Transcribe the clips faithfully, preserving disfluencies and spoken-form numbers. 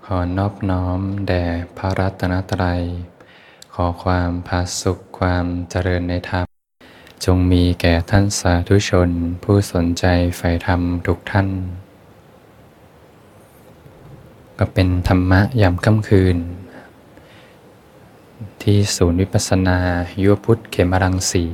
ขอนอบน้อมแด่พระรัตนตรัยขอความผาสุขความเจริญในธรรมจงมีแก่ท่านสาธุชนผู้สนใจใฝ่ธรรมทุกท่านก็เป็นธรรมะยามค่ำคืนที่ศูนย์วิปัสสนายุวพุทธเขมรังสี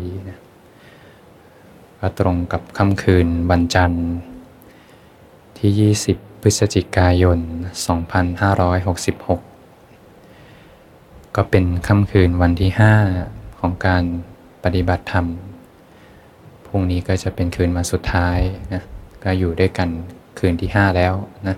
ก็ตรงกับค่ำคืนวันจันทร์ที่ยี่สิบพฤศจิกายนสองพันห้าร้อยหกสิบหกก็เป็นค่ำคืนวันที่ห้าของการปฏิบัติธรรมพรุ่งนี้ก็จะเป็นคืนวันสุดท้ายนะก็อยู่ด้วยกันคืนที่ห้าแล้วนะ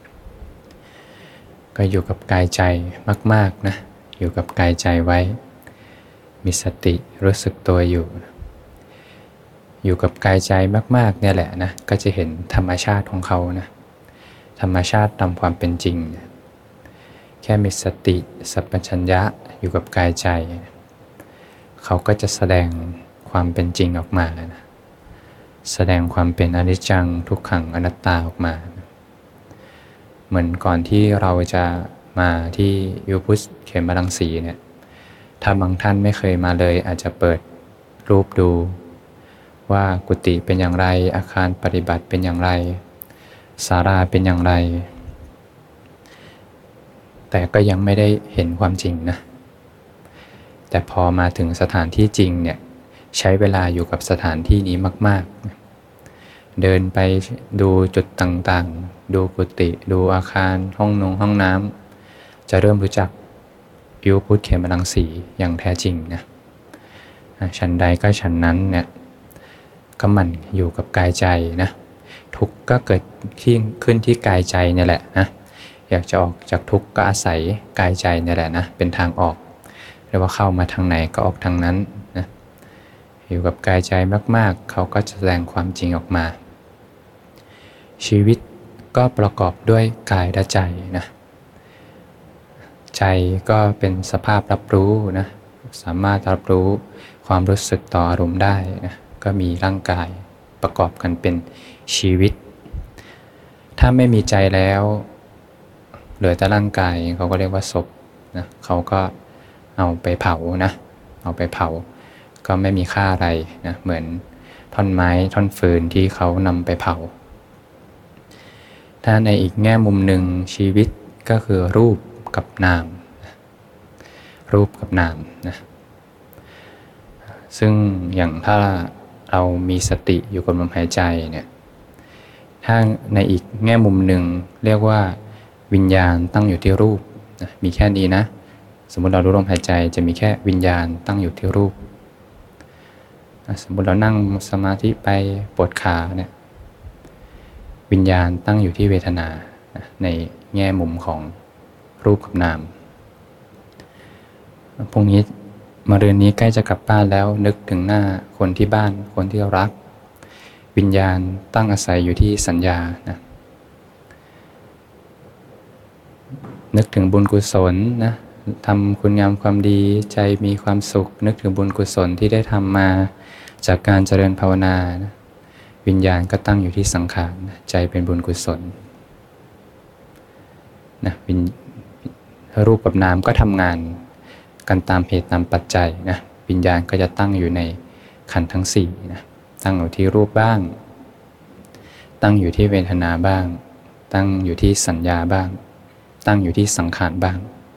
ก็อยู่กับกายใจมากๆนะอยู่กับกายใจไว้มีสติรู้สึกตัวอยู่อยู่กับกายใจมากๆเนี่ยแหละนะก็จะเห็นธรรมชาติของเขานะธรรมชาติตามความเป็นจริงแค่มีสติสัพพัญญะอยู่กับกายใจเขาก็จะแสดงความเป็นจริงออกมานะแสดงความเป็นอนิจจังทุกขังอนัตตาออกมาเหมือนก่อนที่เราจะมาที่ยุพุทธเขมรังสีเนี่ยถ้าบางท่านไม่เคยมาเลยอาจจะเปิดรูปดูว่ากุฏิเป็นอย่างไรอาคารปฏิบัติเป็นอย่างไรศาลาเป็นอย่างไรแต่ก็ยังไม่ได้เห็นความจริงนะแต่พอมาถึงสถานที่จริงเนี่ยใช้เวลาอยู่กับสถานที่นี้มากๆเดินไปดูจุดต่างๆดูกุฏิดูอาคารห้องนงห้องน้ำจะเริ่มรู้จักยุพุทธเขมรังสีอย่างแท้จริงนะชั้นใดก็ชั้นนั้นเนี่ยก็มันอยู่กับกายใจนะทุกข์ก็เกิดขึ้นที่กายใจเนี่ยแหละนะอยากจะออกจากทุกข์ก็อาศัยกายใจเนี่ยแหละนะเป็นทางออกเรียกว่าเข้ามาทางไหนก็ออกทางนั้นนะอยู่กับกายใจมากๆเขาก็จะแสดงความจริงออกมาชีวิตก็ประกอบด้วยกายและใจนะใจก็เป็นสภาพรับรู้นะสามารถรับรู้ความรู้สึกต่ออารมณ์ได้นะก็มีร่างกายประกอบกันเป็นชีวิตถ้าไม่มีใจแล้วเหลือแต่ร่างกายเขาก็เรียกว่าศพนะเขาก็เอาไปเผานะเอาไปเผาก็ไม่มีค่าอะไรนะเหมือนท่อนไม้ท่อนฟืนที่เขานำไปเผาถ้าในอีกแง่มุมหนึ่งชีวิตก็คือรูปกับนามรูปกับนามนะซึ่งอย่างถ้าเรามีสติอยู่กับลมหายใจเนี่ยถ้าในอีกแง่มุมหนึ่งเรียกว่าวิญญาณตั้งอยู่ที่รูปนะมีแค่นี้นะสมมุติเรารู้ลมหายใจจะมีแค่วิญญาณตั้งอยู่ที่รูปสมมุติเรานั่งสมาธิไปปวดขาเนี่ยวิญญาณตั้งอยู่ที่เวทนาในแง่มุมของรูปกับนามพรุ่งนี้มะรืนนี้ใกล้จะกลับบ้านแล้วนึกถึงหน้าคนที่บ้านคนที่เรารักวิญญาณตั้งอาศัยอยู่ที่สัญญานะนึกถึงบุญกุศลนะทำคุณงามความดีใจมีความสุขนึกถึงบุญกุศลที่ได้ทำมาจากการเจริญภาวนานะวิญญาณก็ตั้งอยู่ที่สังขารใจเป็นบุญกุศลนะวิญรูปกับนามก็ทำงานกันตามเหตุตามปัจจัยนะวิญญาณก็จะตั้งอยู่ในขันธ์ทั้งสี่นะตั้งอยู่ที่รูปบ้างตั้งอยู่ที่เวทนาบ้างตั้งอยู่ที่สัญญาบ้างตั้งอยู่ที่สังขารบ้าง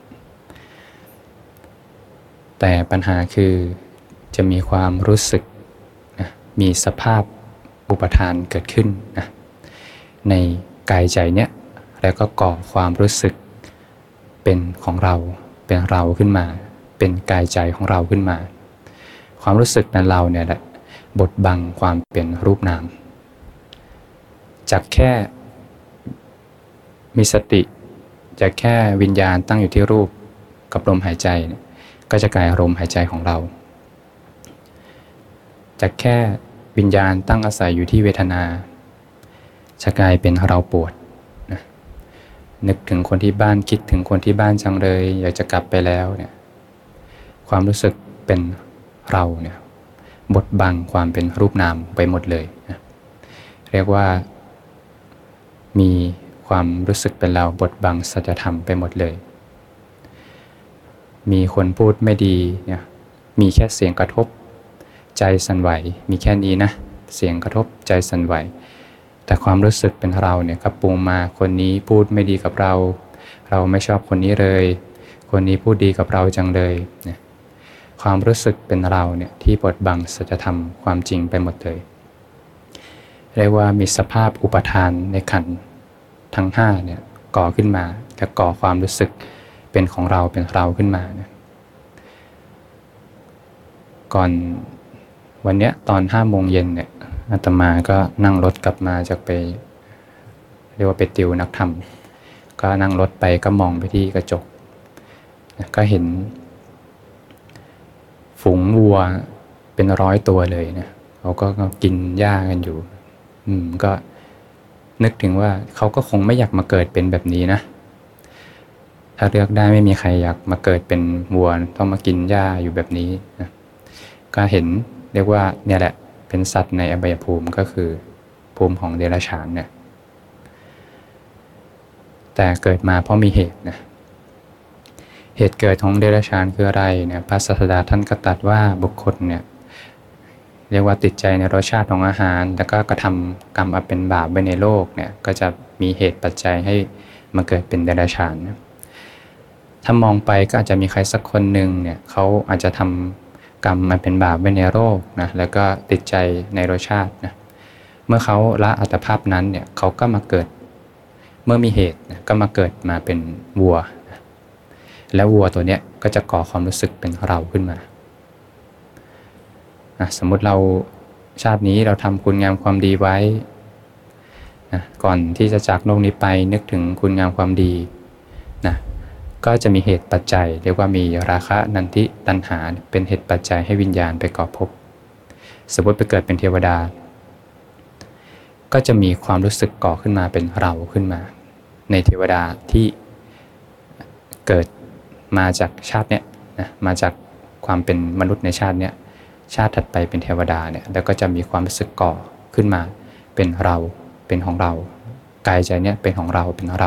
แต่ปัญหาคือจะมีความรู้สึกนะมีสภาพอุปทานเกิดขึ้นนะในกายใจเนี้ยแล้วก็ก่อความรู้สึกเป็นของเราเป็นเราขึ้นมาเป็นกายใจของเราขึ้นมาความรู้สึกนั้นเราเนี่ยแหละบดบังความเป็นรูปนามจากแค่มีสติจากแค่วิญญาณตั้งอยู่ที่รูปกับลมหายใจเนี่ยก็จะกลายลมหายใจของเราจากแค่วิญญาณตั้งอาศัยอยู่ที่เวทนาจะกลายเป็นเราปวดนะนึกถึงคนที่บ้านคิดถึงคนที่บ้านจังเลยอยากจะกลับไปแล้วเนี่ยความรู้สึกเป็นเราเนี่ยบดบังความเป็นรูปนามไปหมดเลยนะเรียกว่ามีความรู้สึกเป็นเราบดบังสัจธรรมไปหมดเลยมีคนพูดไม่ดีเนี่ยมีแค่เสียงกระทบใจสั่นไหวมีแค่นี้นะเสียงกระทบใจสั่นไหวแต่ความรู้สึกเป็นเราเนี่ยก็ปรุงมาคนนี้พูดไม่ดีกับเราเราไม่ชอบคนนี้เลยคนนี้พูดดีกับเราจังเลยเนี่ยความรู้สึกเป็นเราเนี่ยที่บดบังสัจธรรมความจริงไปหมดเลยเรียกว่ามีสภาพอุปทานในขันธ์ทั้งห้าเนี่ยก่อขึ้นมาและก่อความรู้สึกเป็นของเราเป็นเราขึ้นมาเนี่ยก่อนวันเนี้ยตอนห้าโมงเย็นเนี่ยอาตมาก็นั่งรถกลับมาจากไปเรียกว่าไปติวนักธรรมก็นั่งรถไปก็มองไปที่กระจกก็เห็นฝูงวัวเป็นร้อยตัวเลยนะเขาก็กินหญ้ากันอยู่อืมก็นึกถึงว่าเขาก็คงไม่อยากมาเกิดเป็นแบบนี้นะถ้าเลือกได้ไม่มีใครอยากมาเกิดเป็นวัวต้องมากินหญ้าอยู่แบบนี้นะก็เห็นเรียกว่าเนี่ยแหละเป็นสัตว์ในอบายภูมิก็คือภูมิของเดรัจฉานเนี่ยแต่เกิดมาเพราะมีเหตุนะเหตุเกิดของเดรัจฉานคืออะไรเนี่ยพระศาสดาท่านก็ตรัสว่าบุคคลเนี่ยเรียกว่าติดใจในรสชาติของอาหารแล้วก็กระทำกรรมอันเป็นบาปไว้ในโลกเนี่ยก็จะมีเหตุปัจจัยให้มาเกิดเป็นเดรัจฉานนะถ้ามองไปก็อาจจะมีใครสักคนหนึ่งเนี่ยเขาอาจจะทำกรรมมันเป็นบาปไว้ในโลกนะแล้วก็ติดใจในรสชาตินะเมื่อเขาละอัตภาพนั้นเนี่ยเขาก็มาเกิดเมื่อมีเหตุนะก็มาเกิดมาเป็นวัวนะแล้ววัวตัวเนี้ยก็จะก่อความรู้สึกเป็นเราขึ้นมานะสมมุติเราชาตินี้เราทำคุณงามความดีไว้นะก่อนที่จะจากโลกนี้ไปนึกถึงคุณงามความดีนะก็จะมีเหตุปัจจัยเรียกว่ามีราคะนันทิตัณหาเป็นเหตุปัจจัยให้วิญญาณไปก่อภพสมมติไปเกิดเป็นเทวดาก็จะมีความรู้สึกก่อขึ้นมาเป็นเราขึ้นมาในเทวดาที่เกิดมาจากชาติเนี้ยนะมาจากความเป็นมนุษย์ในชาติเนี้ยชาติถัดไปเป็นเทวดาเนี่ยแล้วก็จะมีความรู้สึกก่อขึ้นมาเป็นเราเป็นของเรากายใจเนี้ยเป็นของเราเป็นเรา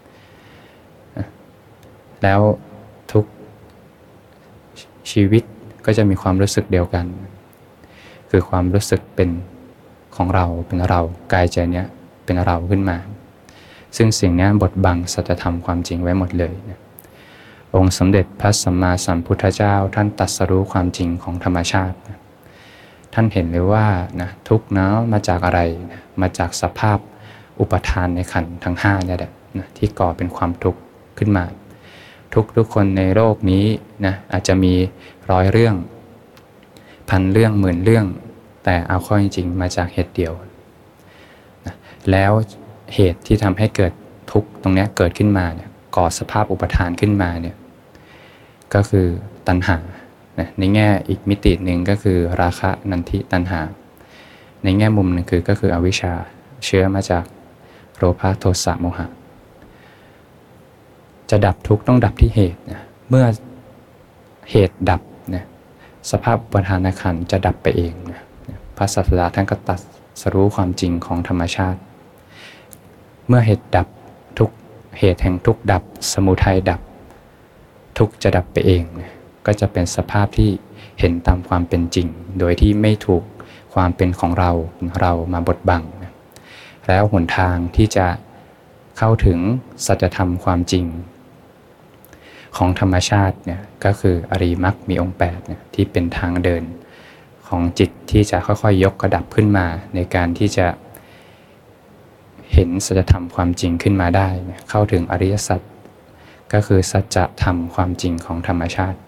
แล้วทุกชีวิตก็จะมีความรู้สึกเดียวกันคือความรู้สึกเป็นของเราเป็นเรากายใจเนี้ยเป็นเราขึ้นมาซึ่งสิ่งนี้บดบังสัจธรรมความจริงไว้หมดเลยนะองค์สมเด็จพระสัมมาสัมพุทธเจ้าท่านตรัสรู้ความจริงของธรรมชาตินะท่านเห็นเลยว่านะทุกข์นะมาจากอะไรนะมาจากสภาพอุปทานในขันธ์ทั้งห้าเนี่ยแหละนะที่ก่อเป็นความทุกข์ขึ้นมาทุกทุกคนในโลกนี้นะอาจจะมีร้อยเรื่องพันเรื่องหมื่นเรื่องแต่เอาข้อจริงๆมาจากเหตุเดียวนะแล้วเหตุที่ทำให้เกิดทุกข์ตรงนี้เกิดขึ้นมาเนี่ยก่อสภาพอุปทานขึ้นมาเนี่ยก็คือตัณหานะในแง่อีกมิติหนึ่งก็คือราคะนันทิตัณหาในแง่มุมหนึ่งคือก็คืออวิชชาเชื้อมาจากโลภะโทสะโมหะจะดับทุกข์ต้องดับที่เหตุนะเมื่อเหตุดับนะสภาพอุปทานขันธ์จะดับไปเองนะพระศาสดาท่านก็ตรัสรู้ความจริงของธรรมชาติเมื่อเหตุดับทุกเหตุแห่งทุกดับสมุทัยดับทุกจะดับไปเองนะก็จะเป็นสภาพที่เห็นตามความเป็นจริงโดยที่ไม่ถูกความเป็นของเราเรามาบดบังนะแล้วหนทางที่จะเข้าถึงสัจธรรมความจริงของธรรมชาติเนี่ยก็คืออริยมรรคมีองค์แปดเนี่ยที่เป็นทางเดินของจิตที่จะค่อยๆยกระดับขึ้นมาในการที่จะเห็นสัจธรรมความจริงขึ้นมาได้เข้าถึงอริยสัจก็คือสัจธรรมความจริงของธรรมชาติ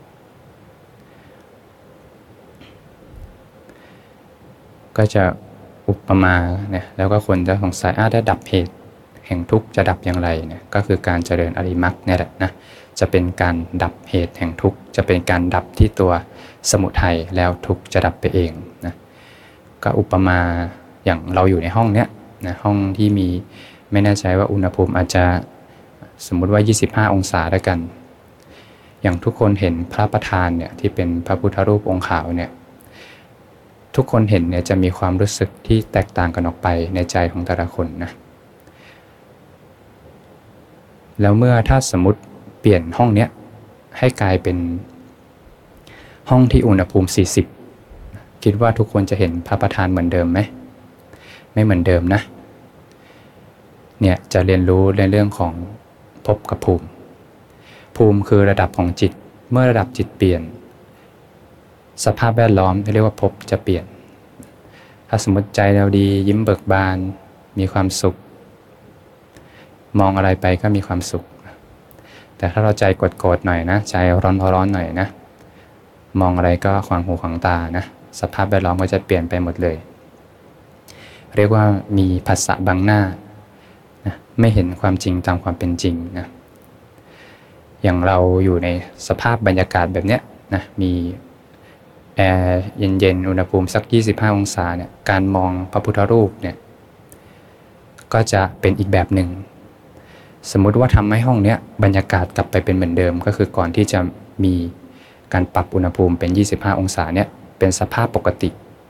ก็จะอุปมาเนี่ยแล้วก็คนจะสงสัยอ้าวได้ดับเหตุแห่งทุกข์จะดับอย่างไรเนี่ยก็คือการเจริญอริยมรรคเนี่ยแหละนะจะเป็นการดับเหตุแห่งทุกข์จะเป็นการดับที่ตัวสมุทัยแล้วทุกข์จะดับไปเองนะก็อุปมาอย่างเราอยู่ในห้องเนี้ยนะห้องที่มีไม่แน่ใจว่าอุณหภูมิอาจจะสมมุติว่ายี่สิบห้าองศาด้วยกันอย่างทุกคนเห็นพระประธานเนี่ยที่เป็นพระพุทธรูปองค์ขาวเนี่ยทุกคนเห็นเนี่ยจะมีความรู้สึกที่แตกต่างกันออกไปในใจของแต่ละคนนะแล้วเมื่อถ้าสมมติเปลี่ยนห้องเนี้ยให้กลายเป็นห้องที่อุณหภูมิสี่สิบคิดว่าทุกคนจะเห็นพระประธานเหมือนเดิมไหมไม่เหมือนเดิมนะเนี่ยจะเรียนรู้ในเรื่องของภพกับภูมิภูมิคือระดับของจิตเมื่อระดับจิตเปลี่ยนสภาพแวดล้อมที่เรียกว่าภพจะเปลี่ยนถ้าสมมติใจเราดียิ้มเบิกบานมีความสุขมองอะไรไปก็มีความสุขแต่ถ้าเราใจกดๆหน่อยนะใจร้อนๆหน่อยนะมองอะไรก็ขวางหูขวางตานะสภาพแวดล้อมก็จะเปลี่ยนไปหมดเลยเรียกว่ามีภาษาบังหน้านะไม่เห็นความจริงตามความเป็นจริงนะอย่างเราอยู่ในสภาพบรรยากาศแบบเนี้ยนะมีแอร์เย็นๆอุณหภูมิสักยี่สิบห้าองศาเนี่ยการมองพระพุทธรูปเนี่ยก็จะเป็นอีกแบบหนึ่งสมมุติว่าทำให้ห้องเนี้ยบรรยากาศกลับไปเป็นเหมือนเดิมก็คือก่อนที่จะมีการปรับอุณหภูมิเป็นยี่สิบห้าองศาเนี่ยเป็นสภาพปกติ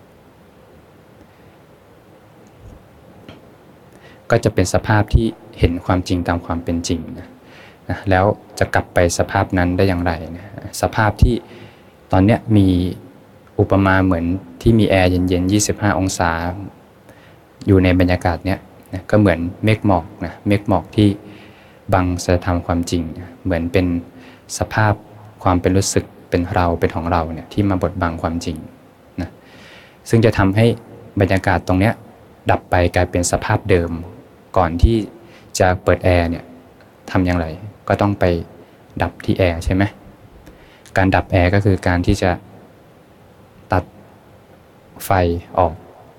ก็จะเป็นสภาพที่เห็นความจริงตามความเป็นจริงนะนะแล้วจะกลับไปสภาพนั้นได้อย่างไรนะสภาพที่ตอนเนี้ยมีอุปมาเหมือนที่มีแอร์เย็นๆยี่สิบห้าองศาอยู่ในบรรยากาศเนี้ยนะก็เหมือนเมฆหมอกนะเมฆหมอกที่บังสัจธรรมความจริงนะเหมือนเป็นสภาพความเป็นรู้สึกเป็นเราเป็นของเราเนี่ยที่มาบดบังความจริงนะซึ่งจะทำให้บรรยากาศตรงเนี้ยดับไปกลายเป็นสภาพเดิมก่อนที่จะเปิดแอร์เนี่ยทำอย่างไรก็ต้องไปดับที่แอร์ใช่ไหมการดับแอร์ก็คือการที่จะตัดไฟออก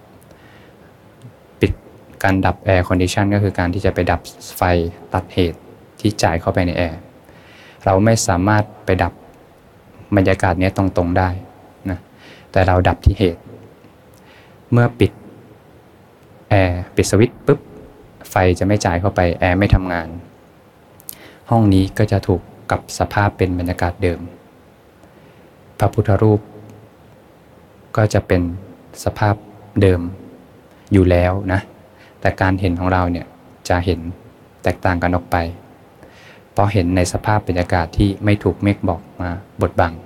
ปิดการดับแอร์คอนดิชันก็คือการที่จะไปดับไฟตัดเหตุที่จ่ายเข้าไปในแอร์เราไม่สามารถไปดับบรรยากาศนี้ตรงๆได้นะแต่เราดับที่เหตุเมื่อปิดแอร์ปิดสวิตช์ปุ๊บไฟจะไม่จ่ายเข้าไปแอร์ไม่ทำงานห้องนี้ก็จะถูกกลับสภาพเป็นบรรยากาศเดิมพระพุทธรูปก็จะเป็นสภาพเดิมอยู่แล้วนะแต่การเห็นของเราเนี่ยจะเห็นแตกต่างกันออกไปเพราะเห็นในสภาพบรรยากาศที่ไม่ถูกเมฆบอกมาบดบัง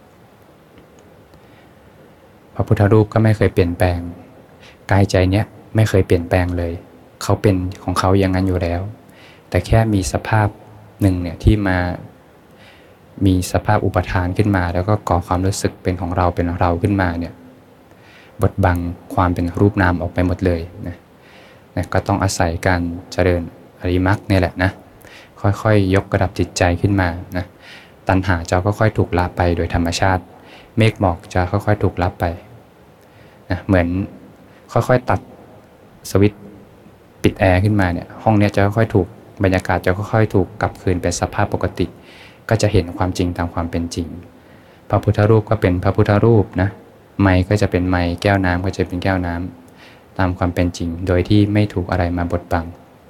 พระพุทธรูปก็ไม่เคยเปลี่ยนแปลงกายใจเนี้ยไม่เคยเปลี่ยนแปลงเลยเขาเป็นของเขาอย่างนั้นอยู่แล้วแต่แค่มีสภาพหนึ่งเนี่ยที่มามีสภาพอุปทานขึ้นมาแล้วก็ก่อความรู้สึกเป็นของเราเป็นเราขึ้นมาเนี่ยบดบังความเป็นรูปนามออกไปหมดเลยนะนะก็ต้องอาศัยการเจริญอริยมรรคเนี่ยแหละนะค่อยๆ ย, ยกระดับจิตใจขึ้นมานะตัณหาจะค่อยๆถูกละไปโดยธรรมชาติเมฆหมอกจะค่อยๆถูกละไปนะเหมือนค่อยๆตัดสวิตช์ปิดแอร์ขึ้นมาเนี่ยห้องเนี้ยจะค่อยๆถูกบรรยากาศจะค่อยๆถูกกลับคืนเป็นสภาพปกติก็จะเห็นความจริงตามความเป็นจริงพระพุทธรูปก็เป็นพระพุทธรูปนะไมค์ก็จะเป็นไมค์แก้วน้ำก็จะเป็นแก้วน้ำตามความเป็นจริงโดยที่ไม่ถูกอะไรมาบดบัง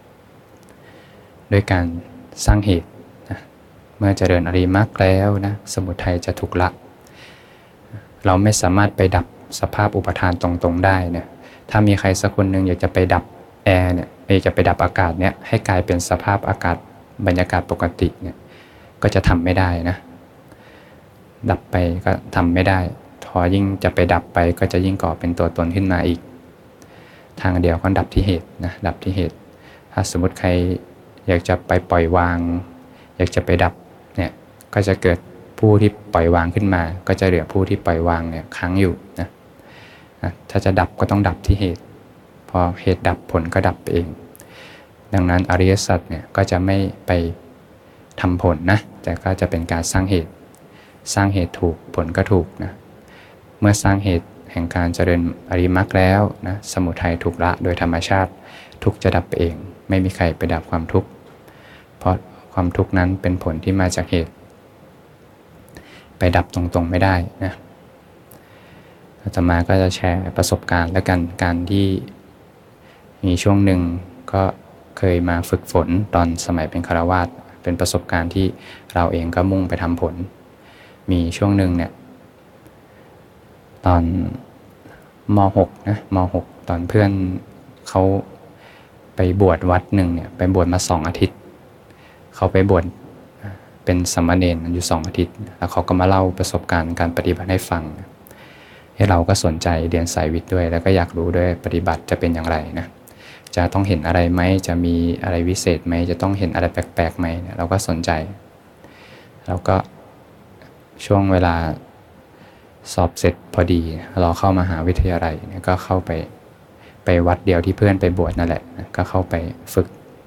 ด้วยการสร้างเหตุนะเมื่อเจริญอริยมรรคแล้วนะสมุทัยจะถูกละเราไม่สามารถไปดับสภาพอุปทานตรงๆได้นะถ้ามีใครสักคนหนึ่งอยากจะไปดับแอร์เนี่ยจะไปดับอากาศเนี่ยให้กลายเป็นสภาพอากาศบรรยากาศปกติเนี่ยก็จะทำไม่ได้นะดับไปก็ทำไม่ได้พอยิ่งจะไปดับไปก็จะยิ่งก่อเป็นตัวตนขึ้นมาอีกทางเดียวก็ดับที่เหตุนะดับที่เหตุถ้าสมมติใครอยากจะไปปล่อยวางอยากจะไปดับเนี่ยก็จะเกิดผู้ที่ปล่อยวางขึ้นมาก็จะเหลือผู้ที่ปล่อยวางเนี่ยค้างอยู่นะถ้าจะดับก็ต้องดับที่เหตุพอเหตุดับผลก็ดับเองดังนั้นอริยสัจเนี่ยก็จะไม่ไปทำผลนะแต่ก็จะเป็นการสร้างเหตุสร้างเหตุถูกผลก็ถูกนะเมื่อสร้างเหตุแห่งการเจริญอริยมรรคแล้วนะสมุทัยถูกละโดยธรรมชาติทุกข์จะดับไปเองไม่มีใครไปดับความทุกข์เพราะความทุกข์นั้นเป็นผลที่มาจากเหตุไปดับตรงๆไม่ได้นะอาตมาก็จะแชร์ประสบการณ์และกันการที่มีช่วงหนึ่งก็เคยมาฝึกฝนตอนสมัยเป็นฆราวาสเป็นประสบการณ์ที่เราเองก็มุ่งไปทำผลมีช่วงหนึ่งเนี่ยตอนม.หก นะม.หก ตอนเพื่อนเขาไปบวชวัดหนึ่งเนี่ยไปบวชมาสองอาทิตย์เขาเขาไปบวชเป็นสามเณรอยู่สองอาทิตย์แล้วเขาก็มาเล่าประสบการณ์การปฏิบัติให้ฟังให้เราก็สนใจเรียนสายวิทย์ด้วยแล้วก็อยากรู้ด้วยปฏิบัติจะเป็นอย่างไรนะจะต้องเห็นอะไรไหมจะมีอะไรวิเศษไหมจะต้องเห็นอะไรแปลกๆไหมเราก็สนใจแล้วก็ช่วงเวลาสอบเสร็จพอดีเราเข้ามหาวิทยาลัยก็เข้าไปไปวัดเดียวที่เพื่อนไปบวชนั่นแหละก็เข้าไปฝึก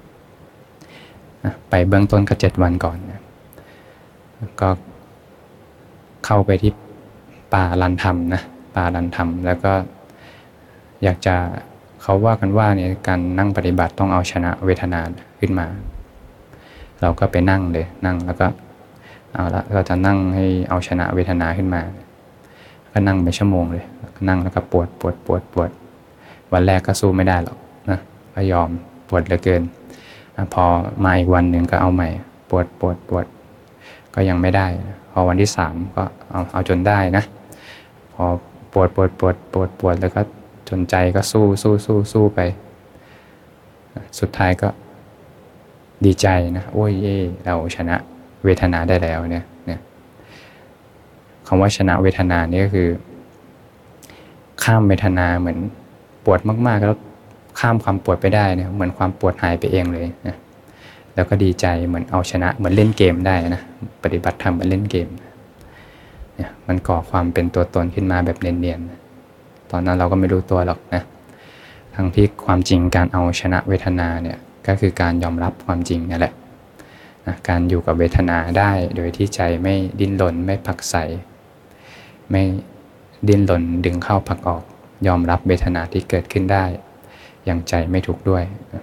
ไปเบื้องต้นก็เจ็ดวันก่อนก็เข้าไปที่ป่าลันธรรมนะป่าลันธรรมแล้วก็อยากจะเขาว่ากันว่าเนี่ยการนั่งปฏิบัติต้องเอาชนะเวทนาขึ้นมาเราก็ไปนั่งเลยนั่งแล้วก็เอาละเราจะนั่งให้เอาชนะเวทนาขึ้นมาก็นั่งไปชั่วโมงเลยนั่งแล้วก็ปวดปวดปวดปวดวันแรกก็สู้ไม่ได้หรอกนะก็ยอมปวดเหลือเกินพอมาอีกวันหนึ่งก็เอาใหม่ปวดปวดปวดก็ยังไม่ได้พอวันที่สามก็เอาเอาจนได้นะพอปวดปวดปวดปวดปวดแล้วก็จนใจก็สู้สู้สู้สู้ไปสุดท้ายก็ดีใจนะโอ้ยเย่เราชนะเวทนาได้แล้วเนี่ยเนี่ยคำว่าชนะเวทนานี่ก็คือข้ามเวทนาเหมือนปวดมากๆแล้วข้ามความปวดไปได้เนี่ยเหมือนความปวดหายไปเองเลยนะแล้วก็ดีใจเหมือนเอาชนะเหมือนเล่นเกมได้นะปฏิบัติธรรมเหมือนเล่นเกมเนี่ยมันก่อความเป็นตัวตนขึ้นมาแบบเนียนๆตอนนั้นเราก็ไม่รู้ตัวหรอกนะทั้งที่ความจริงการเอาชนะเวทนาเนี่ยก็คือการยอมรับความจริงนั่นแหละนะการอยู่กับเวทนาได้โดยที่ใจไม่ดิ้นรนไม่ผลักไสไม่ดิ้นรนดึงเข้าผลักออกยอมรับเวทนาที่เกิดขึ้นได้อย่างใจไม่ทุกข์ด้วย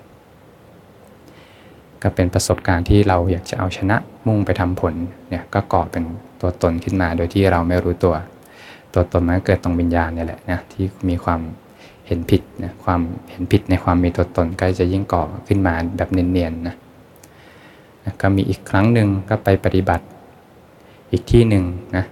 ก็เป็นประสบการณ์ที่เราอยากจะเอาชนะมุ่งไปทำผลเนี่ยก็ก่อเป็นตัวตนขึ้นมาโดยที่เราไม่รู้ตัวตัวตนมันก็เกิดตรงวิญญาณนี่แหละนะที่มีความเห็นผิดนะความเห็นผิดในความมีตัวตนก็จะยิ่งก่อขึ้นมาแบบเนียนๆนะนะก็มีอีกครั้งหนึ่งก็ไปปฏิบัติอีกที่หนึ่งนะ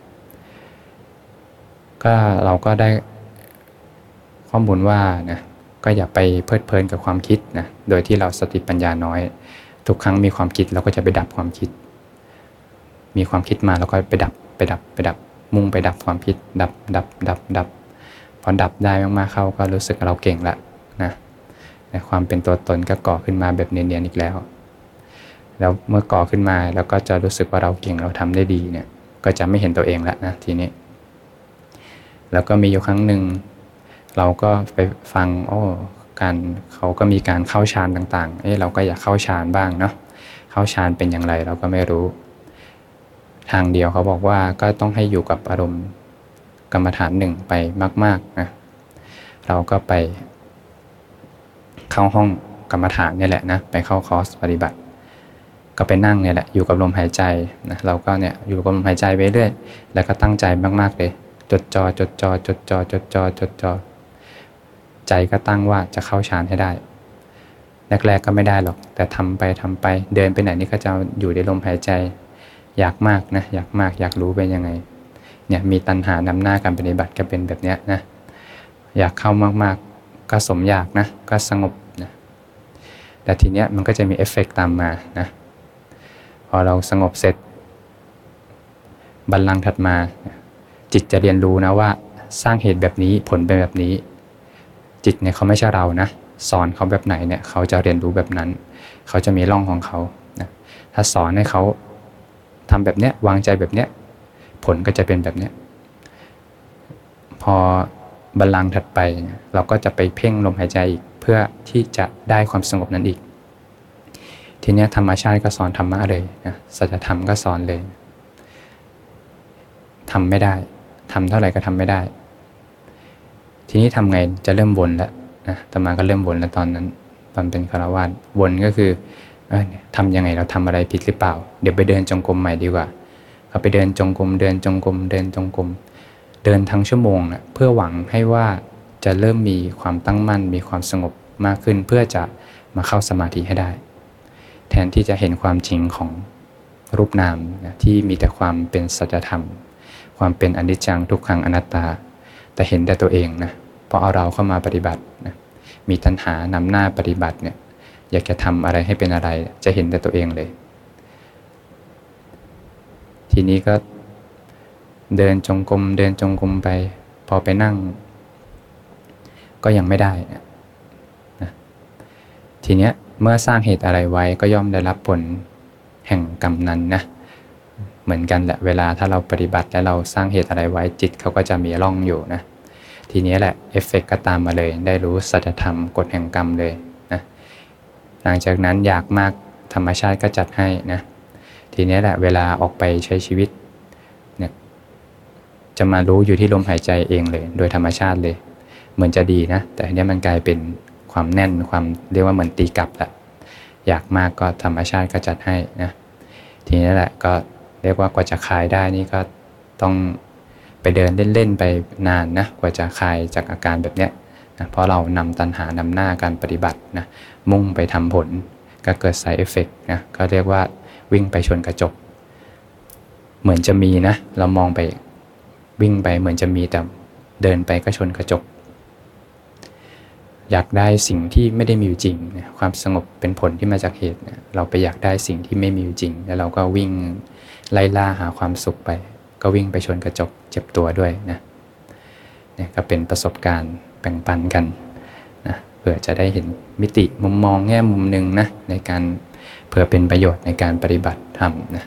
ก็เราก็ได้ข้อมูลว่านะก็อย่าไปเพลิดเพลินกับความคิดนะโดยที่เราสติปัญญาน้อยทุกครั้งมีความคิดเราก็จะไปดับความคิดมีความคิดมาเราก็ไปดับไปดับไปดับมุ่งไปดับความคิดดับดับดับดับพอดับได้มากๆเข้าก็รู้สึกเราเก่งละนะในความเป็นตัวตนก็ก่อขึ้นมาแบบเนียนๆอีกแล้วแล้วเมื่อก่อขึ้นมาเราก็จะรู้สึกว่าเราเก่งเราทำได้ดีเนี่ยก็จะไม่เห็นตัวเองละนะทีนี้แล้วก็มีอยู่ครั้งหนึ่งเราก็ไปฟังโอ้การเขาก็มีการเข้าฌานต่างๆเอ้เราก็อยากเข้าฌานบ้างเนาะเข้าฌานเป็นอย่างไรเราก็ไม่รู้ทางเดียวเขาบอกว่าก็ต้องให้อยู่กับอารมณ์กรรมฐานหนึ่งไปมากๆนะเราก็ไปเข้าห้องกรรมฐานนี่แหละนะไปเข้าคอร์สปฏิบัติก็ไปนั่งเนี่ยแหละอยู่กับลมหายใจนะเราก็เนี่ยอยู่กับลมหายใจไปเรื่อยแล้วก็ตั้งใจมากๆเลยจดจ่อจดจ่อจดจ่อจดจ่อจดจ่อใจก็ตั้งว่าจะเข้าฌานให้ได้แรกๆก็ไม่ได้หรอกแต่ทำไปทำไปเดินไปไหนนี่ก็จะอยู่ในลมหายใจอยากมากนะอยากมากอยากรู้เป็นยังไงเนี่ยมีตัณหานำหน้าการปฏิบัติก็เป็นแบบเนี้ยนะอยากเข้ามากๆก็สมอยากนะก็สงบนะแต่ทีเนี้ยมันก็จะมีเอฟเฟกต์ตามมานะพอเราสงบเสร็จบัลลังก์ถัดมาจิตจะเรียนรู้นะว่าสร้างเหตุแบบนี้ผลเป็นแบบนี้จิตเนี่ยเขาไม่ใช่เรานะสอนเขาแบบไหนเนี่ยเขาจะเรียนรู้แบบนั้นเขาจะมีร่องของเขานะถ้าสอนให้เขาทำแบบเนี้ยวางใจแบบเนี้ยผลก็จะเป็นแบบเนี้ยพอบัลลังก์ถัดไปเราก็จะไปเพ่งลมหายใจอีกเพื่อที่จะได้ความสงบนั้นอีกทีนี้ธรรมชาติก็สอนธรรมะเลยนะสัจธรรมก็สอนเลยทำไม่ได้ทำเท่าไหร่ก็ทำไม่ได้ทีนี้ทำไงจะเริ่มวนแล้วนะอาตมาก็เริ่มวนแล้วตอนนั้นตอนเป็นฆราวาสวนก็คือเออทำยังไงเราทำอะไรผิดหรือเปล่าเดี๋ยวไปเดินจงกรมใหม่ดีกว่าเขาไปเดินจงกรมเดินจงกรมเดินจงกรมเดินทั้งชั่วโมงนะเพื่อหวังให้ว่าจะเริ่มมีความตั้งมั่นมีความสงบมากขึ้นเพื่อจะมาเข้าสมาธิให้ได้แทนที่จะเห็นความจริงของรูปนามนะที่มีแต่ความเป็นสัจธรรมความเป็นอนิจจังทุกขังอนัตตาแต่เห็นแต่ตัวเองนะพอเอาเราเข้ามาปฏิบัตินะมีตัณหานำหน้าปฏิบัติเนี่ยอยากจะทำอะไรให้เป็นอะไรจะเห็นแต่ตัวเองเลยทีนี้ก็เดินจงกรมเดินจงกรมไปพอไปนั่งก็ยังไม่ได้นะทีเนี้ยเมื่อสร้างเหตุอะไรไว้ก็ย่อมได้รับผลแห่งกรรมนั้นนะเหมือนกันแหละเวลาถ้าเราปฏิบัติและเราสร้างเหตุอะไรไว้จิตเขาก็จะมีร่องอยู่นะทีนี้แหละเอฟเฟกต์ก็ตามมาเลยได้รู้สัจธรรมกฎแห่งกรรมเลยนะหลังจากนั้นอยากมากธรรมชาติก็จัดให้นะทีนี้แหละเวลาออกไปใช้ชีวิตเนี่ยจะมารู้อยู่ที่ลมหายใจเองเลยโดยธรรมชาติเลยเหมือนจะดีนะแต่ทีนี้มันกลายเป็นความแน่นความเรียกว่าเหมือนตีกลับละอยากมากก็ธรรมชาติก็จัดให้นะทีนี้แหละก็เรียกว่ากว่าจะคลายได้นี่ก็ต้องไปเดินเล่นๆไปนานนะกว่าจะคลายจากอาการแบบเนี้ยนะเพราะเรานำตัณหานำหน้าการปฏิบัตินะมุ่งไปทำผลก็เกิด side effect นะก็เรียกว่าวิ่งไปชนกระจกเหมือนจะมีนะเรามองไปวิ่งไปเหมือนจะมีแต่เดินไปก็ชนกระจกอยากได้สิ่งที่ไม่ได้มีอยู่จริงนะความสงบเป็นผลที่มาจากเหตุนะเราไปอยากได้สิ่งที่ไม่มีอยู่จริงแล้วเราก็วิ่งไล่ล่าหาความสุขไปก็วิ่งไปชนกระจกเจ็บตัวด้วยนะเนี่ยก็เป็นประสบการณ์แบ่งปันกันนะเพื่อจะได้เห็นมิติมุมมองแง่มุมหนึ่งนะในการเพื่อเป็นประโยชน์ในการปฏิบัติธรรมนะ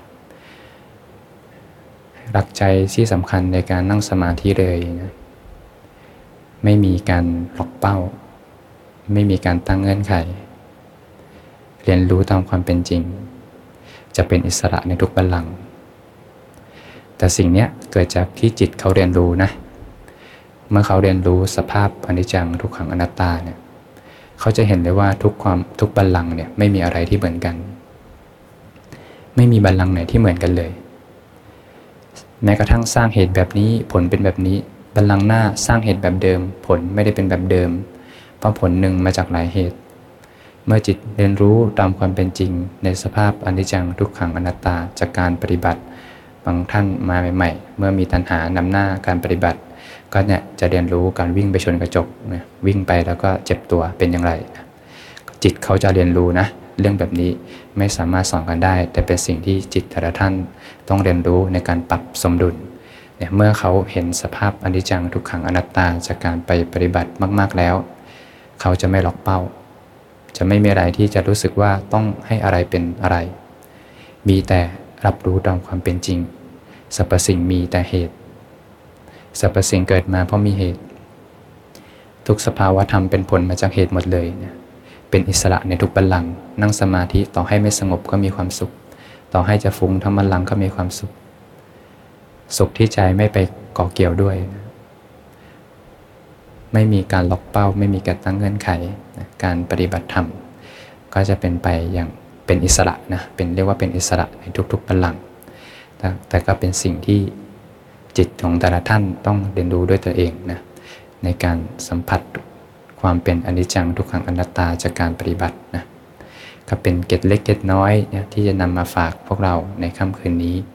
หลักใจที่สำคัญในการนั่งสมาธิเลยนะไม่มีการล็อกเป้าไม่มีการตั้งเงื่อนไขเรียนรู้ตามความเป็นจริงจะเป็นอิสระในทุกบัลลังก์แต่สิ่งนี้เกิดจากที่จิตเขาเรียนรู้นะเมื่อเขาเรียนรู้สภาพอนิจจังทุกขังอนัตตาเนี่ยเขาจะเห็นเลยว่าทุกความทุกบัลลังก์เนี่ยไม่มีอะไรที่เหมือนกันไม่มีบัลลังก์ไหนที่เหมือนกันเลยแม้กระทั่งสร้างเหตุแบบนี้ผลเป็นแบบนี้บัลลังก์หน้าสร้างเหตุแบบเดิมผลไม่ได้เป็นแบบเดิมเพราะผลหนึ่งมาจากหลายเหตุเมื่อจิตเรียนรู้ตามความเป็นจริงในสภาพอนิจจังทุกขังอนัตตาจากการปฏิบัติบางท่านมาใหม่ๆเมื่อมีตัณหานำหน้าการปฏิบัติก็เนี่ยจะเรียนรู้การวิ่งไปชนกระจกนะวิ่งไปแล้วก็เจ็บตัวเป็นอย่างไรนะจิตเขาจะเรียนรู้นะเรื่องแบบนี้ไม่สามารถสอนกันได้แต่เป็นสิ่งที่จิตแต่ละท่านต้องเรียนรู้ในการปรับสมดุลเนี่ยเมื่อเขาเห็นสภาพอนิจจังทุกขังอนัตตาจากการไปปฏิบัติมากๆแล้วเขาจะไม่ล็อกเป้าจะไม่มีอะไรที่จะรู้สึกว่าต้องให้อะไรเป็นอะไรมีแต่รับรู้ตามความเป็นจริงสรรพสิ่งมีแต่เหตุสรรพสิ่งเกิดมาเพราะมีเหตุทุกสภาวะธรรมเป็นผลมาจากเหตุหมดเลยเนี่ยเป็นอิสระในทุกบัลลังก์นั่งสมาธิต่อให้ไม่สงบก็มีความสุขต่อให้จะฟุ้งทั้งบัลลังก์ก็มีความสุขสุขที่ใจไม่ไปก่อเกี่ยวด้วยนะไม่มีการล็อกเป้าไม่มีการตั้งเงื่อนไขนะการปฏิบัติธรรมก็จะเป็นไปอย่างเป็นอิสระนะเป็นเรียกว่าเป็นอิสระในทุกๆบัลลังก์แต่แต่ก็เป็นสิ่งที่จิตของแต่ละท่านต้องเรียนรู้ด้วยตัวเองนะในการสัมผัสความเป็นอนิจจังทุกขังอนัตตาจากการปฏิบัตินะก็เป็นเกร็ดเล็กเกร็ดน้อยเนี่ยที่จะนำมาฝากพวกเราในค่ำคืนนี้